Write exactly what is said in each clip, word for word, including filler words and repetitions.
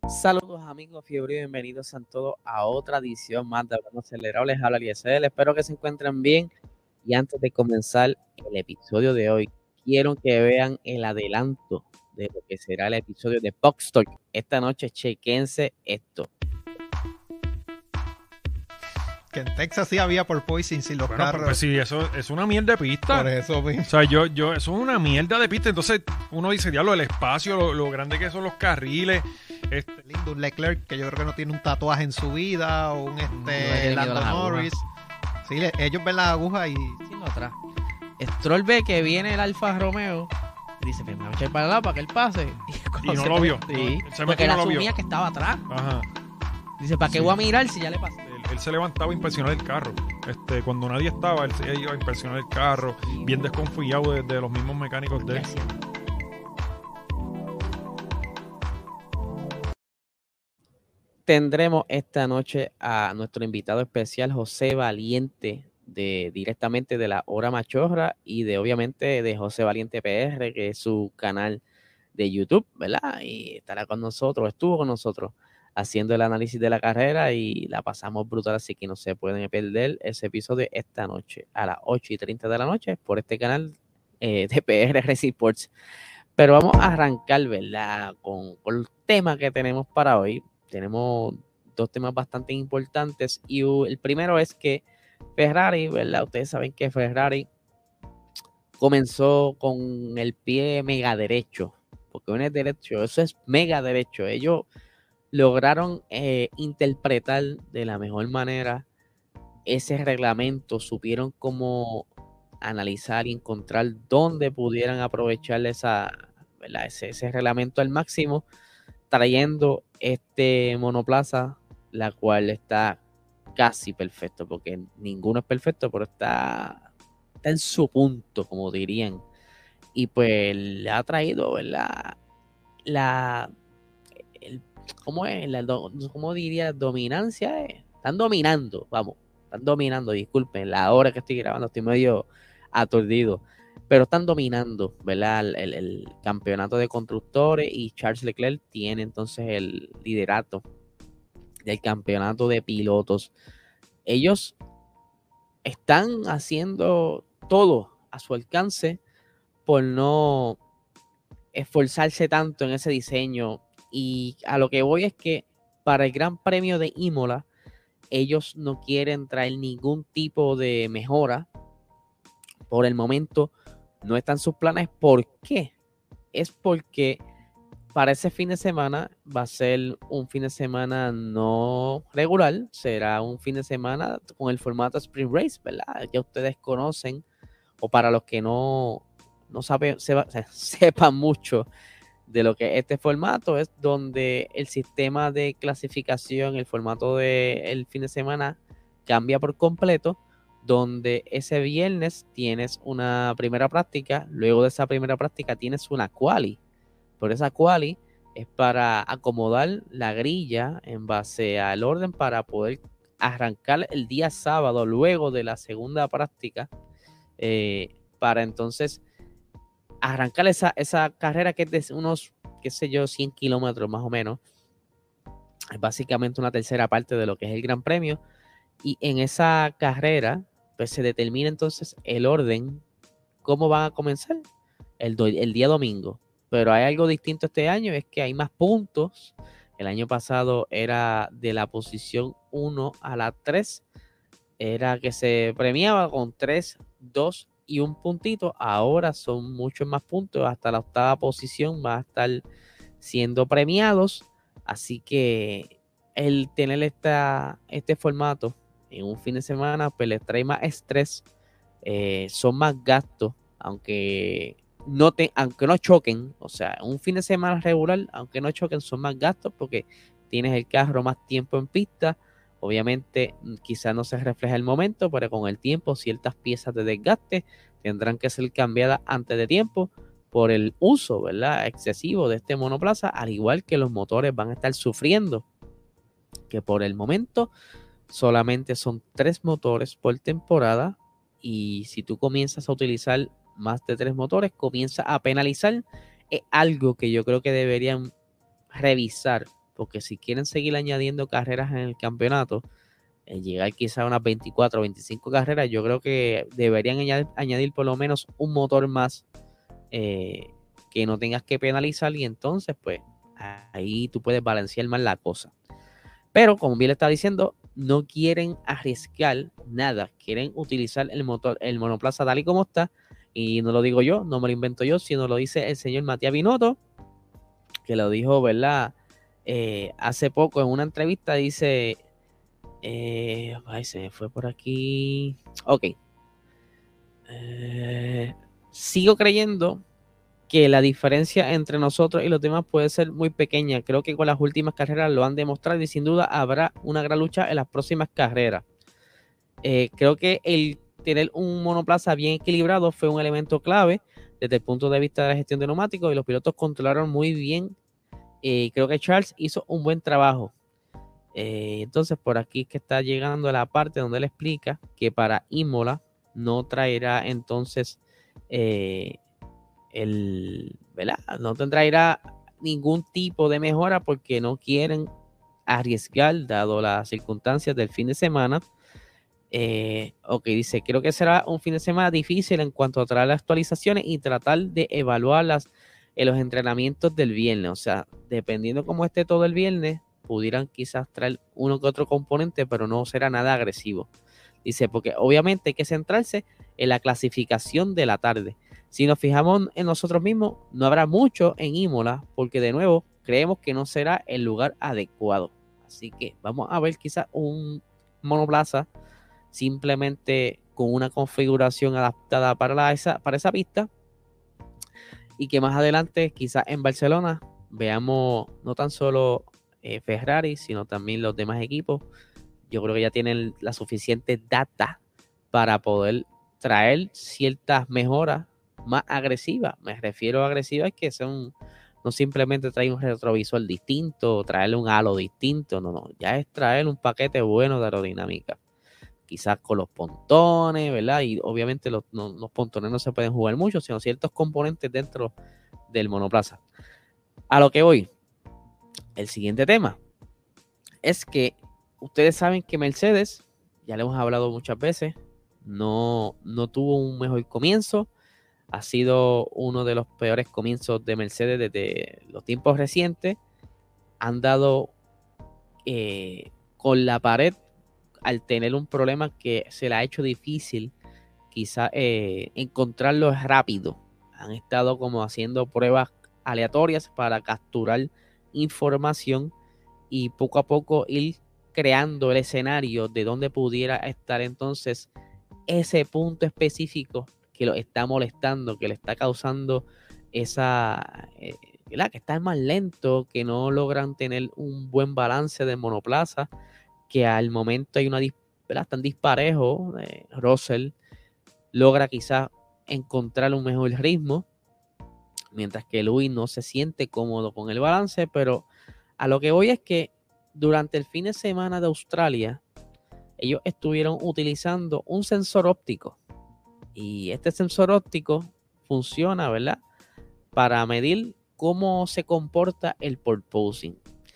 Saludos amigos Fiebre y bienvenidos a todos a otra edición más de Hablando Acelerado. Les habla Eliezer, espero que se encuentren bien. Y antes de comenzar el episodio de hoy, quiero que vean el adelanto de lo que será el episodio de Box Talk. Esta noche chequense esto. Que en Texas sí había porpoising sin los Bueno, carros. pues sí, eso es una mierda de pista. Por eso mismo. O sea, yo, yo, eso es una mierda de pista. Entonces, uno dice, diablo, el espacio, lo, lo grande que son los carriles. Este, Lindo, un Leclerc que yo creo que no tiene un tatuaje en su vida, o un No le este tiene miedo a Lando las Norris. Sí, le- ellos ven las agujas y Haciendo atrás. Stroll ve que viene el Alfa Romeo y dice, pues me voy a echar para el lado para que él pase. cuando Y no se- lo vio. Sí, Él se porque metió y él no lo vio. asumía que estaba atrás. Ajá. Dice, ¿para qué Sí. voy a mirar si ya le pasé? Él, él se levantaba a inspeccionar el carro. Este, cuando nadie estaba, él se iba a inspeccionar el carro, bien desconfiado de, de los mismos mecánicos de ¿Qué él. haciendo? Tendremos esta noche a nuestro invitado especial José Valiente, de directamente de la Hora Machorra y de obviamente de José Valiente P R, que es su canal de YouTube, ¿verdad? Y estará con nosotros, estuvo con nosotros haciendo el análisis de la carrera y la pasamos brutal, así que no se pueden perder ese episodio esta noche a las ocho y treinta de la noche por este canal eh, de P R Racing Sports. Pero vamos a arrancar, ¿verdad? Con, con el tema que tenemos para hoy. Tenemos dos temas bastante importantes y uh, el primero es que Ferrari, ¿verdad? Ustedes saben que Ferrari comenzó con el pie mega derecho, porque no es derecho, eso es mega derecho. Ellos lograron eh, interpretar de la mejor manera ese reglamento, supieron cómo analizar y encontrar dónde pudieran aprovechar esa, ¿verdad? Ese, ese reglamento al máximo, trayendo este monoplaza, la cual está casi perfecto, porque ninguno es perfecto, pero está, está en su punto, como dirían. Y pues le ha traído, ¿verdad? La, el, ¿cómo es? La, do- ¿cómo diría? Dominancia. eh. Están dominando, vamos, están dominando, disculpen, la hora que estoy grabando estoy medio aturdido, pero están dominando, ¿verdad? El, el- el campeonato de constructores y Charles Leclerc tiene entonces el liderato del campeonato de pilotos. Ellos están haciendo todo a su alcance por no esforzarse tanto en ese diseño. Y a lo que voy es que para el Gran Premio de Imola, ellos no quieren traer ningún tipo de mejora. Por el momento no están sus planes. ¿Por qué? Es porque para ese fin de semana va a ser un fin de semana no regular, será un fin de semana con el formato Sprint Race, ¿verdad? Ya ustedes conocen, o para los que no, no saben, se, sepan mucho de lo que este formato es, donde el sistema de clasificación, el formato del fin de semana cambia por completo, donde ese viernes tienes una primera práctica, luego de esa primera práctica tienes una quali, por esa quali es para acomodar la grilla en base al orden para poder arrancar el día sábado luego de la segunda práctica, eh, para entonces arrancar esa, esa carrera que es de unos, qué sé yo, cien kilómetros más o menos. Es básicamente una tercera parte de lo que es el Gran Premio. Y en esa carrera, pues se determina entonces el orden, cómo van a comenzar el, do- el día domingo. Pero hay algo distinto este año, es que hay más puntos. El año pasado era de la posición uno a la tres. Era que se premiaba con tres, dos y un puntito. Ahora son muchos más puntos. Hasta la octava posición va a estar siendo premiados. Así que el tener esta, este formato en un fin de semana, pues les trae más estrés. eh, son más gastos, aunque no, te, aunque no choquen. O sea, un fin de semana regular, aunque no choquen, son más gastos porque tienes el carro más tiempo en pista. Obviamente, quizás no se refleja el momento, pero con el tiempo, ciertas piezas de desgaste tendrán que ser cambiadas antes de tiempo por el uso, ¿verdad?, excesivo de este monoplaza, al igual que los motores van a estar sufriendo, que por el momento solamente son tres motores por temporada, y si tú comienzas a utilizar más de tres motores, comienza a penalizar. Es algo que yo creo que deberían revisar, porque si quieren seguir añadiendo carreras en el campeonato, eh, llegar quizá a unas veinticuatro o veinticinco carreras, yo creo que deberían añadir, añadir por lo menos un motor más eh, que no tengas que penalizar, y entonces pues ahí tú puedes balancear más la cosa. Pero como bien le estaba diciendo, no quieren arriesgar nada, quieren utilizar el motor, el monoplaza tal y como está, y no lo digo yo, no me lo invento yo, sino lo dice el señor Matías Binotto, que lo dijo, ¿verdad? Eh, hace poco en una entrevista dice, eh, ay, se me fue por aquí, ok, eh, sigo creyendo que la diferencia entre nosotros y los demás puede ser muy pequeña. Creo que con las últimas carreras lo han demostrado y sin duda habrá una gran lucha en las próximas carreras. Eh, creo que el tener un monoplaza bien equilibrado fue un elemento clave desde el punto de vista de la gestión de neumáticos, y los pilotos controlaron muy bien. Eh, creo que Charles hizo un buen trabajo. Eh, entonces por aquí es que está llegando a la parte donde él explica que para Imola no traerá entonces eh, el, ¿verdad? No traerá ningún tipo de mejora porque no quieren arriesgar dado las circunstancias del fin de semana. Eh, ok, dice, creo que será un fin de semana difícil en cuanto a traer las actualizaciones y tratar de evaluarlas en los entrenamientos del viernes. O sea, dependiendo cómo esté todo el viernes, pudieran quizás traer uno que otro componente, pero no será nada agresivo. Dice, porque obviamente hay que centrarse en la clasificación de la tarde. Si nos fijamos en nosotros mismos, no habrá mucho en Imola, porque de nuevo creemos que no será el lugar adecuado. Así que vamos a ver quizás un monoplaza simplemente con una configuración adaptada para, la, esa, para esa pista, y que más adelante quizás en Barcelona veamos no tan solo eh, Ferrari, sino también los demás equipos. Yo creo que ya tienen la suficiente data para poder traer ciertas mejoras más agresivas. Me refiero a agresivas que son, no simplemente traer un retrovisor distinto, traerle un halo distinto, no, no, ya es traer un paquete bueno de aerodinámica. Quizás con los pontones, ¿verdad? Y obviamente los, no, los pontones no se pueden jugar mucho, sino ciertos componentes dentro del monoplaza. A lo que voy, el siguiente tema es que ustedes saben que Mercedes, ya le hemos hablado muchas veces, no, no tuvo un mejor comienzo. Ha sido uno de los peores comienzos de Mercedes desde los tiempos recientes. Han dado eh, con la pared al tener un problema que se le ha hecho difícil quizá eh, encontrarlo rápido. Han estado como haciendo pruebas aleatorias para capturar información y poco a poco ir creando el escenario de donde pudiera estar entonces ese punto específico que lo está molestando, que le está causando esa, eh, ¿verdad? Que está más lento, que no logran tener un buen balance de monoplaza, que al momento hay una, ¿verdad? Están disparejos. eh, Russell logra quizás encontrar un mejor ritmo, mientras que Lewis no se siente cómodo con el balance. Pero a lo que voy es que durante el fin de semana de Australia, ellos estuvieron utilizando un sensor óptico, y este sensor óptico funciona, ¿verdad?, para medir cómo se comporta el porpoising.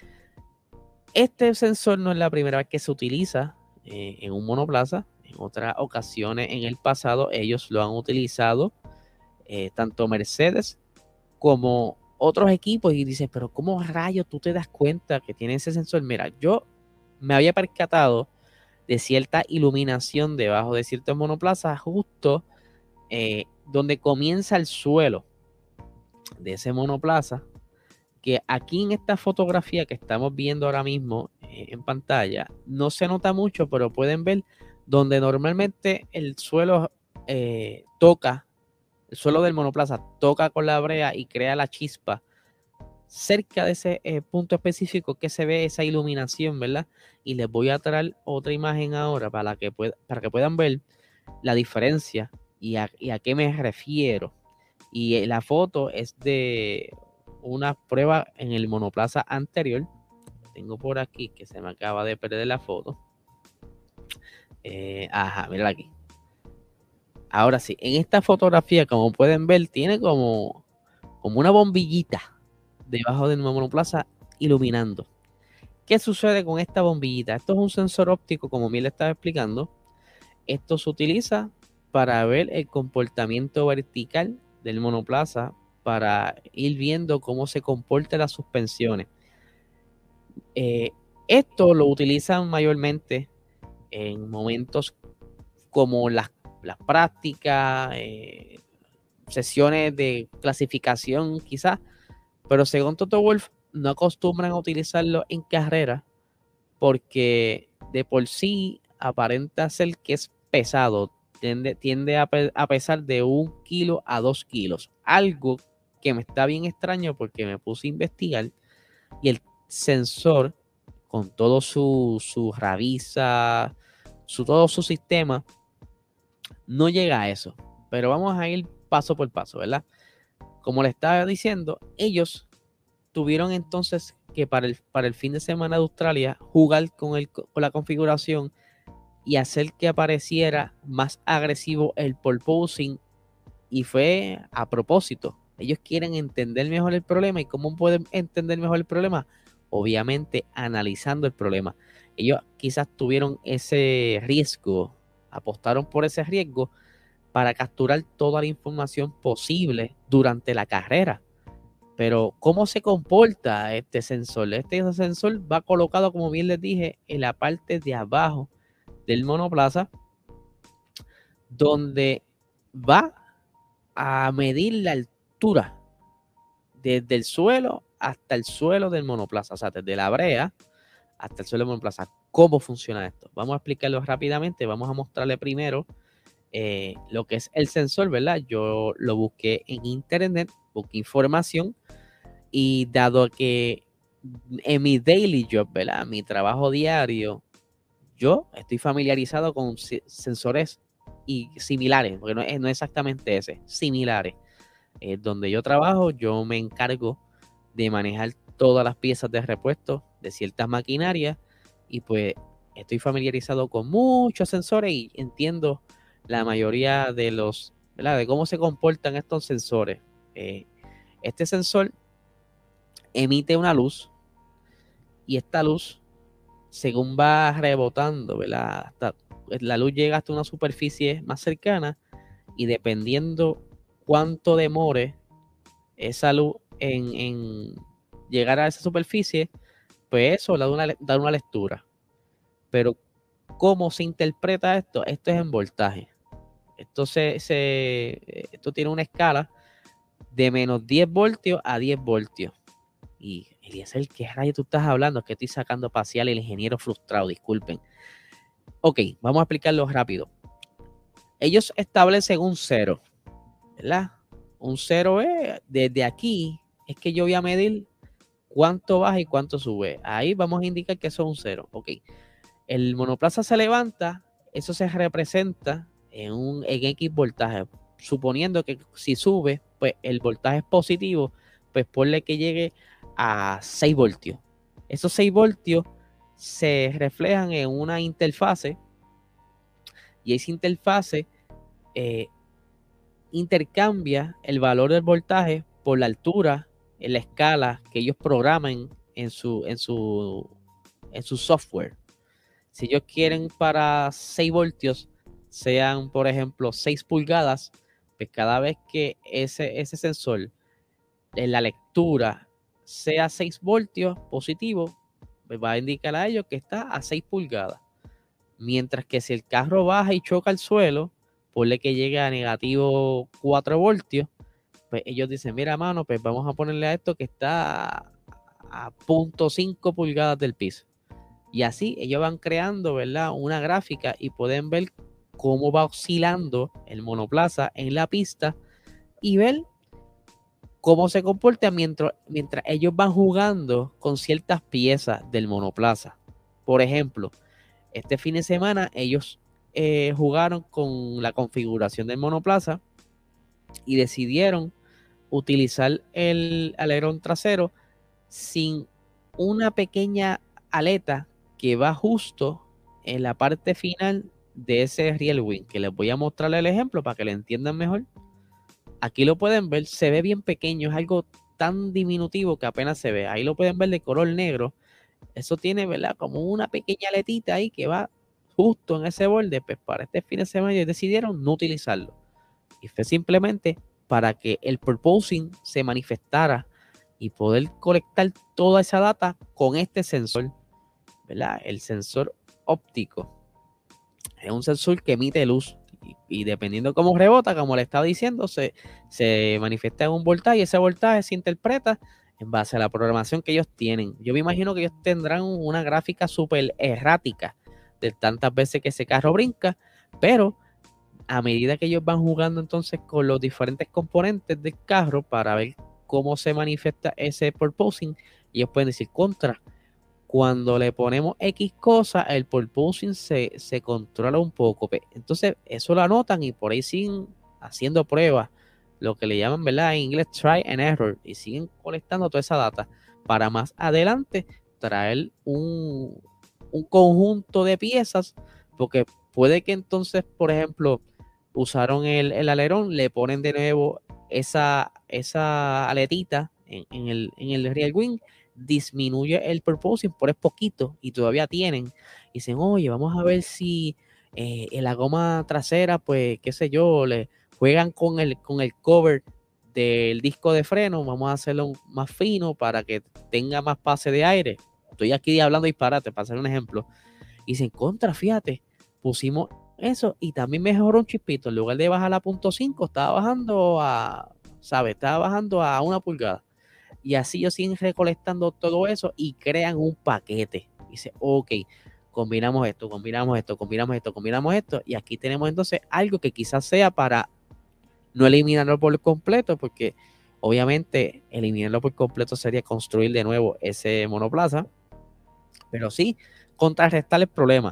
Este sensor no es la primera vez que se utiliza eh, en un monoplaza. En otras ocasiones en el pasado ellos lo han utilizado, eh, tanto Mercedes como otros equipos, y dices, pero ¿cómo rayos tú te das cuenta que tiene ese sensor? Mira, yo me había percatado de cierta iluminación debajo de ciertos monoplazas, justo eh, donde comienza el suelo de ese monoplaza, que aquí en esta fotografía que estamos viendo ahora mismo eh, en pantalla, no se nota mucho, pero pueden ver donde normalmente el suelo eh, toca, el suelo del monoplaza toca con la brea y crea la chispa. Cerca de ese eh, punto específico que se ve esa iluminación, ¿verdad? Y les voy a traer otra imagen ahora para que, pueda, para que puedan ver la diferencia y a, y a qué me refiero. Y eh, la foto es de una prueba en el monoplaza anterior. Tengo por aquí que se me acaba de perder la foto. Eh, ajá, mira aquí. Ahora sí, en esta fotografía, como pueden ver, tiene como, como una bombillita debajo del monoplaza iluminando. ¿Qué sucede con esta bombillita? Esto es un sensor óptico, como bien le estaba explicando. Esto se utiliza para ver el comportamiento vertical del monoplaza, para ir viendo cómo se comportan las suspensiones. Eh, esto lo utilizan mayormente en momentos como las, las prácticas, eh, sesiones de clasificación quizás, pero según Toto Wolff no acostumbran a utilizarlo en carrera porque de por sí aparenta ser que es pesado, tiende, tiende a, pe a pesar de un kilo a dos kilos, algo que me está bien extraño porque me puse a investigar y el sensor con todo su, su rabiza, su, todo su sistema, no llega a eso. Pero vamos a ir paso por paso, ¿verdad? Como le estaba diciendo, ellos tuvieron entonces que para el, para el fin de semana de Australia jugar con, el, con la configuración y hacer que apareciera más agresivo el porpoising, y fue a propósito. Ellos quieren entender mejor el problema. ¿Y cómo pueden entender mejor el problema? Obviamente analizando el problema. Ellos quizás tuvieron ese riesgo, apostaron por ese riesgo para capturar toda la información posible durante la carrera. Pero ¿cómo se comporta este sensor? Este sensor va colocado, como bien les dije, en la parte de abajo del monoplaza, donde va a medir la altura desde el suelo hasta el suelo del monoplaza, o sea, desde la brea hasta el suelo del monoplaza. ¿Cómo funciona esto? Vamos a explicarlo rápidamente. Vamos a mostrarle primero eh, lo que es el sensor, ¿verdad? Yo lo busqué en internet, busqué información, y dado que en mi daily job, ¿verdad? Mi trabajo diario, yo estoy familiarizado con sensores y similares, porque no es, no es exactamente ese, similares. Eh, donde yo trabajo, yo me encargo de manejar todas las piezas de repuesto de ciertas maquinarias, y pues estoy familiarizado con muchos sensores y entiendo la mayoría de los, ¿verdad? De cómo se comportan estos sensores. Eh, este sensor emite una luz, y esta luz, según va rebotando, ¿verdad? Hasta, la luz llega hasta una superficie más cercana, y dependiendo cuánto demore esa luz en, en llegar a esa superficie, pues eso da una, da una lectura. Pero ¿cómo se interpreta esto? Esto es en voltaje. Esto, se, se, esto tiene una escala de menos diez voltios a diez voltios. Y Eliezer, ¿qué rayo tú estás hablando? Es que estoy sacando parcial, el ingeniero frustrado, disculpen. Ok, vamos a explicarlo rápido. Ellos establecen un cero, ¿verdad? Un cero es, desde aquí, es que yo voy a medir cuánto baja y cuánto sube. Ahí vamos a indicar que eso es un cero. Ok, el monoplaza se levanta, eso se representa en un en X voltaje. Suponiendo que si sube, pues el voltaje es positivo, pues ponle que llegue a seis voltios. Esos seis voltios se reflejan en una interfase, y esa interfase eh, intercambia el valor del voltaje por la altura en la escala que ellos programan en su, en su, en su software. Si ellos quieren para seis voltios sean, por ejemplo, seis pulgadas, pues cada vez que ese, ese sensor en la lectura sea seis voltios positivo, pues va a indicar a ellos que está a seis pulgadas. Mientras que si el carro baja y choca al suelo, ponle que llegue a negativo cuatro voltios, pues ellos dicen, mira, mano, pues vamos a ponerle a esto que está a, a punto cinco pulgadas del piso. Y así ellos van creando, ¿verdad?, una gráfica, y pueden ver cómo va oscilando el monoplaza en la pista y ver cómo se comporta mientras, mientras ellos van jugando con ciertas piezas del monoplaza. Por ejemplo, este fin de semana ellos eh, jugaron con la configuración del monoplaza y decidieron utilizar el alerón trasero sin una pequeña aleta que va justo en la parte final de ese rear wing, que les voy a mostrar el ejemplo para que lo entiendan mejor. Aquí lo pueden ver, se ve bien pequeño, es algo tan diminutivo que apenas se ve. Ahí lo pueden ver de color negro. eso tiene, ¿verdad? Como una pequeña aletita ahí que va justo en ese borde. Pues para este fin de semana ellos decidieron no utilizarlo. Y fue simplemente para que el purposing se manifestara y poder colectar toda esa data con este sensor, ¿verdad? El sensor óptico. Es un sensor que emite luz y, y dependiendo cómo rebota, como le estaba diciendo, se, se manifiesta en un voltaje y ese voltaje se interpreta en base a la programación que ellos tienen. Yo me imagino que ellos tendrán una gráfica súper errática de tantas veces que ese carro brinca, pero a medida que ellos van jugando entonces con los diferentes componentes del carro para ver cómo se manifiesta ese purposing, ellos pueden decir contra. Cuando le ponemos X cosa, el purposing se, se controla un poco. Entonces, eso lo anotan y por ahí siguen haciendo pruebas, lo que le llaman, ¿verdad? En inglés, try and error, y siguen colectando toda esa data para más adelante traer un, un conjunto de piezas, porque puede que entonces, por ejemplo, usaron el, el alerón, le ponen de nuevo esa, esa aletita en, en, el, en el rear wing, disminuye el purposing, por es poquito y todavía tienen. Y dicen, oye, vamos a ver si eh, en la goma trasera, pues, qué sé yo, le juegan con el, con el cover del disco de freno, vamos a hacerlo más fino para que tenga más pase de aire. Estoy aquí hablando disparate para hacer un ejemplo. Y dicen, contra, fíjate, pusimos eso y también mejoró un chispito. En lugar de bajar a punto cinco, estaba bajando a, ¿sabes? Estaba bajando a una pulgada. Y así ellos siguen recolectando todo eso y crean un paquete. Dice, ok, combinamos esto, combinamos esto, combinamos esto, combinamos esto. Y aquí tenemos entonces algo que quizás sea para no eliminarlo por completo, porque obviamente eliminarlo por completo sería construir de nuevo ese monoplaza. Pero sí, contrarrestar el problema.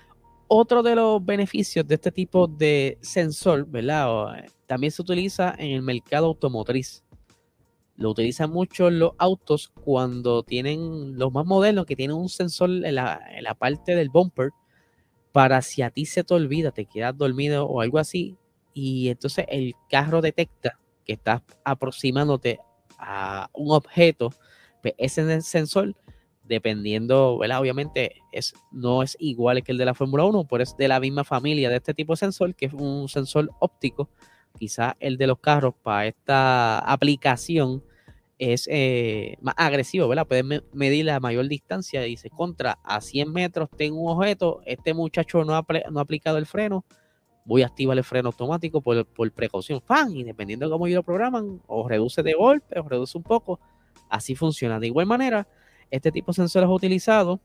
Otro de los beneficios de este tipo de sensor, ¿verdad? También se utiliza en el mercado automotriz. Lo utilizan mucho los autos cuando tienen los más modernos que tienen un sensor en la, en la parte del bumper para si a ti se te olvida, te quedas dormido o algo así y entonces el carro detecta que estás aproximándote a un objeto, pues ese sensor, dependiendo, ¿verdad? Obviamente es, no es igual que el de la Fórmula uno, pero es de la misma familia de este tipo de sensor, que es un sensor óptico. Quizás el de los carros para esta aplicación es eh, más agresivo, ¿verdad? Puedes me medir la mayor distancia y dice, contra, a cien metros tengo un objeto, este muchacho no ha, no ha aplicado el freno, voy a activar el freno automático por, por precaución, ¡fan! Y dependiendo de cómo ellos lo programan, o reduce de golpe, o reduce un poco, así funciona. De igual manera, este tipo de sensores es utilizado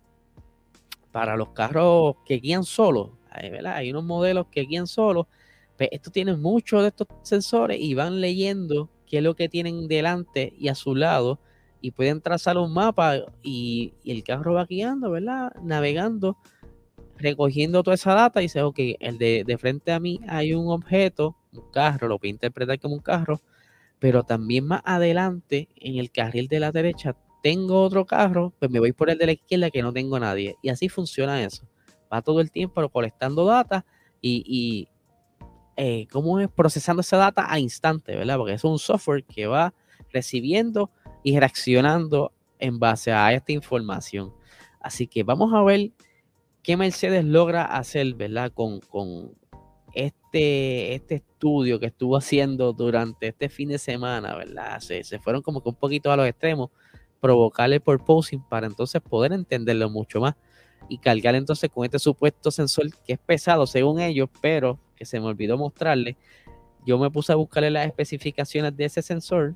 para los carros que guían solos, ¿verdad? Hay unos modelos que guían solos, pero estos tienen muchos de estos sensores y van leyendo qué es lo que tienen delante y a su lado y pueden trazar un mapa y, y el carro va guiando, ¿verdad? Navegando, recogiendo toda esa data y dice, ok, el de, de frente a mí hay un objeto, un carro, lo voy a interpretar como un carro, pero también más adelante en el carril de la derecha tengo otro carro, pues me voy por el de la izquierda que no tengo nadie. Y así funciona eso. Va todo el tiempo colectando data y, y eh, cómo es procesando esa data a instante, ¿verdad? Porque es un software que va recibiendo y reaccionando en base a esta información. Así que vamos a ver qué Mercedes logra hacer, ¿verdad? Con, con este, este estudio que estuvo haciendo durante este fin de semana, ¿verdad? Se, se fueron como que un poquito a los extremos, provocarle purposing para entonces poder entenderlo mucho más y cargar entonces con este supuesto sensor que es pesado según ellos, pero que se me olvidó mostrarle. Yo me puse a buscarle las especificaciones de ese sensor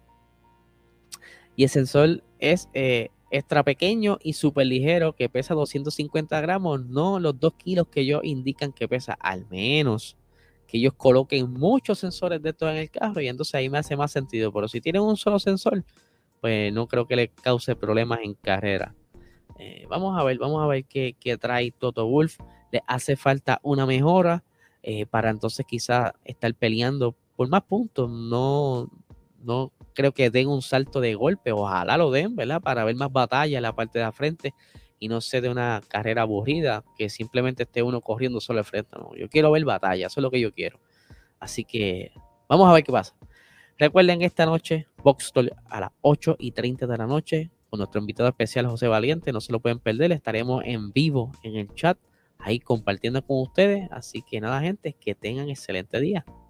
y el sensor es eh, extra pequeño y súper ligero, que pesa doscientos cincuenta gramos, no los dos kilos que ellos indican que pesa, al menos que ellos coloquen muchos sensores de estos en el carro y entonces ahí me hace más sentido, pero si tienen un solo sensor, pues no creo que les cause problemas en carrera. Eh, vamos a ver, vamos a ver qué, qué trae Toto Wolff. Le hace falta una mejora eh, para entonces quizás estar peleando por más puntos. No, no creo que den un salto de golpe, ojalá lo den, ¿verdad? Para ver más batalla en la parte de la frente y no sea de una carrera aburrida, que simplemente esté uno corriendo solo de frente. No, yo quiero ver batalla, eso es lo que yo quiero. Así que vamos a ver qué pasa. Recuerden esta noche, Box Talk a las ocho y treinta de la noche, con nuestro invitado especial José Valiente. No se lo pueden perder, estaremos en vivo en el chat, ahí compartiendo con ustedes. Así que nada, gente, que tengan excelente día.